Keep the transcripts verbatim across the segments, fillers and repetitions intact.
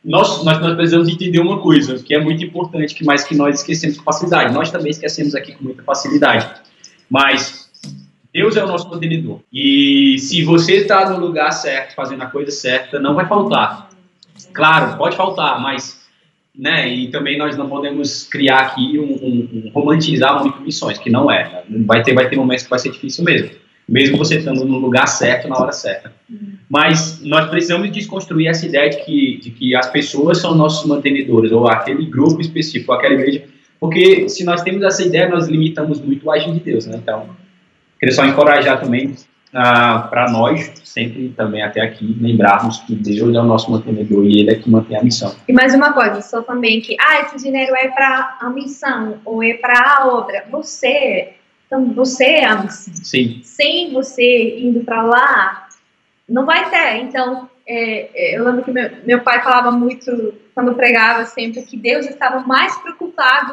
nós, nós, nós precisamos entender uma coisa, que é muito importante, que mais que nós esquecemos com facilidade. Nós também esquecemos aqui com muita facilidade. Mas Deus é o nosso mantenedor. E se você está no lugar certo, fazendo a coisa certa, não vai faltar. Claro, pode faltar, mas... Né? E também nós não podemos criar aqui, um, um, um romantizar muito missões, que não é. Vai ter, vai ter momentos que vai ser difícil mesmo. Mesmo você estando no lugar certo, na hora certa. Mas nós precisamos desconstruir essa ideia de que, de que as pessoas são nossos mantenedores, ou aquele grupo específico, ou aquela igreja, porque se nós temos essa ideia, nós limitamos muito o agir de Deus, né? Então, queria só encorajar também ah, para nós, sempre também até aqui, lembrarmos que Deus é o nosso mantenedor e Ele é que mantém a missão. E mais uma coisa, só também que, ah, esse dinheiro é para a missão, ou é para a obra. Você, então você é a missão. Sim. Sem você indo para lá, não vai ter. Então, é, eu lembro que meu, meu pai falava muito, quando pregava sempre, que Deus estava mais preocupado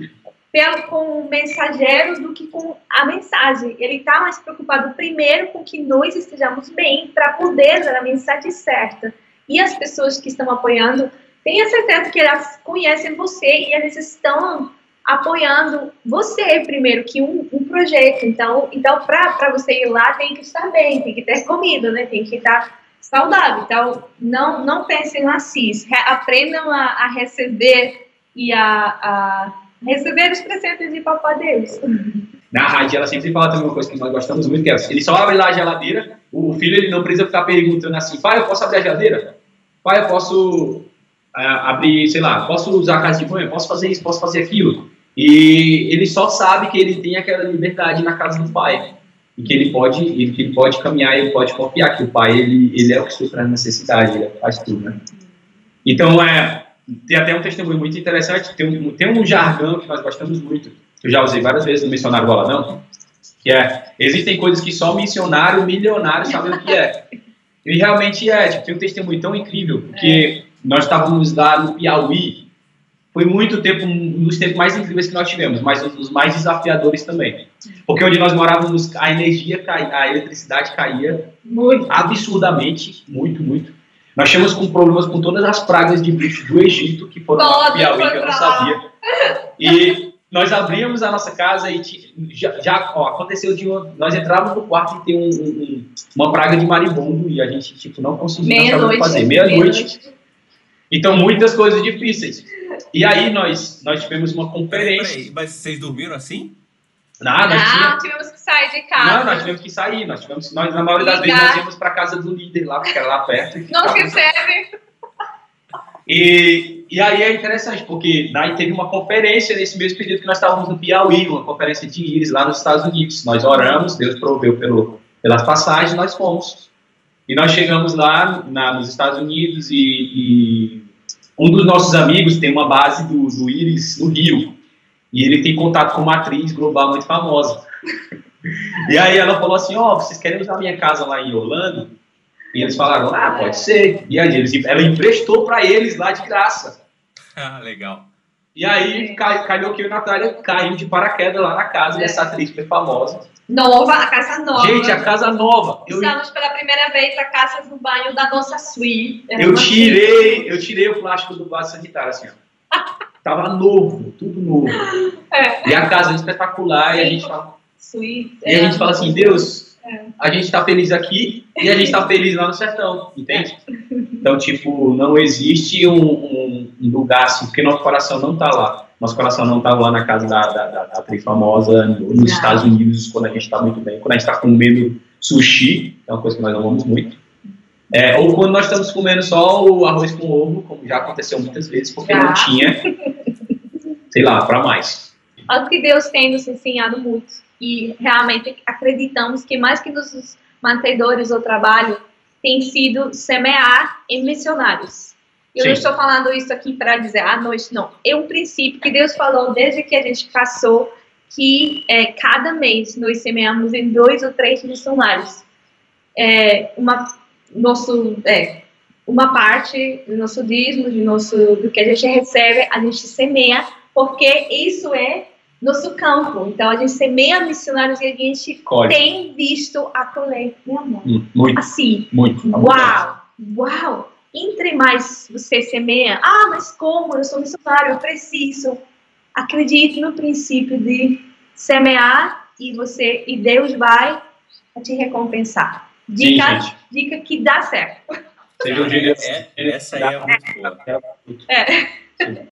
pelo, com o mensageiro do que com a mensagem. Ele está mais preocupado primeiro com que nós estejamos bem para poder dar a mensagem certa. E as pessoas que estão apoiando, tenha certeza que elas conhecem você e eles estão apoiando você primeiro que um, um projeto. Então, então para você ir lá, tem que estar bem, tem que ter comida, né? Tem que estar saudável. Então, não, não pensem assim. Aprendam a, a receber e a... a receber os presentes de Papai Deus. Na rádio, ela sempre fala também uma coisa que nós gostamos muito, que é, ele só abre lá a geladeira, o filho ele não precisa ficar perguntando assim, pai, eu posso abrir a geladeira? Pai, eu posso uh, abrir, sei lá, posso usar a casa de banho? Posso fazer isso, posso fazer aquilo? E ele só sabe que ele tem aquela liberdade na casa do pai. E que ele pode, ele, que ele pode caminhar, ele pode confiar que o pai, ele, ele é o que supra a necessidade, ele faz tudo, né? Então, é... Tem até um testemunho muito interessante, tem um, tem um jargão que nós gostamos muito, que eu já usei várias vezes no Missionário Boladão, que é, existem coisas que só missionário, milionário sabem o que é. E realmente é, tipo, tem um testemunho tão incrível, porque nós estávamos lá no Piauí, foi muito tempo, um dos tempos mais incríveis que nós tivemos, mas um dos mais desafiadores também. Porque onde nós morávamos, a energia caía, a eletricidade caía muito, absurdamente, muito, muito. Nós tínhamos com problemas com todas as pragas de bicho do Egito, que foram para o Piauí, que eu não sabia. E nós abríamos a nossa casa e já, já ó, aconteceu de uma, nós entrávamos no quarto e tem um, um, uma praga de marimbondo e a gente tipo, não conseguia fazer. Meia-noite. Meia então, muitas coisas difíceis. E aí nós, nós tivemos uma conferência. Peraí, mas vocês dormiram assim? Não, nós não tínhamos... tivemos que sair de casa. Não, nós tivemos que sair. Nós tivemos, nós, na maioria das vezes nós íamos para casa do líder lá, porque era lá perto. E não recebe. E, e aí é interessante, porque daí teve uma conferência nesse mesmo período que nós estávamos no Piauí, uma conferência de íris lá nos Estados Unidos. Nós oramos, Deus proveu pelo, pelas passagens, nós fomos. E nós chegamos lá na, nos Estados Unidos e, e um dos nossos amigos tem uma base do, do íris no Rio. E ele tem contato com uma atriz global muito famosa. E aí ela falou assim, ó, oh, vocês querem usar minha casa lá em Orlando? E eles falaram, ah, pode ser. E aí eles, ela emprestou para eles lá de graça. Ah, legal. E aí calhou que eu e a Natália caímos de paraquedas lá na casa dessa atriz super famosa. Nova, a casa nova. Gente, a casa nova. Eu... Estamos pela primeira vez a casa no banho da nossa suíte. Eu tirei, eu tirei o plástico do vaso sanitário assim, ó. Tava novo, tudo novo. É. E a casa é espetacular. Sim, e a gente fala, suíte, e a gente fala assim, Deus, é. a gente tá feliz aqui e a gente tá feliz lá no sertão, entende? Então, tipo, não existe um, um, um lugar assim, porque nosso coração não tá lá. Nosso coração não tá lá na casa da, da, da, da atriz famosa, nos não. Estados Unidos, quando a gente tá muito bem. Quando a gente tá comendo sushi, é uma coisa que nós amamos muito. É, ou quando nós estamos comendo só o arroz com ovo, como já aconteceu muitas vezes, porque já. Não tinha, sei lá, para mais. Algo que Deus tem nos ensinado muito, e realmente acreditamos que mais que nos mantedores do trabalho, tem sido semear em missionários. Eu Sim. não estou falando isso aqui para dizer, ah, nós não. É um princípio que Deus falou desde que a gente passou, que é, cada mês nós semeamos em dois ou três missionários. É, uma... Nosso, é, uma parte do nosso dízimo, do, nosso, do que a gente recebe, a gente semeia, porque isso é nosso campo. Então, a gente semeia missionários e a gente Colhe. Tem visto a colheita, meu amor. Hum, muito. Assim. Muito. Uau! Uau! entre mais você semeia, ah, mas como? Eu sou missionário, eu preciso. Acredite no princípio de semear e você e Deus vai te recompensar. Dica, Sim, dica que dá certo. Seja um dia É, essa aí é muito boa. É.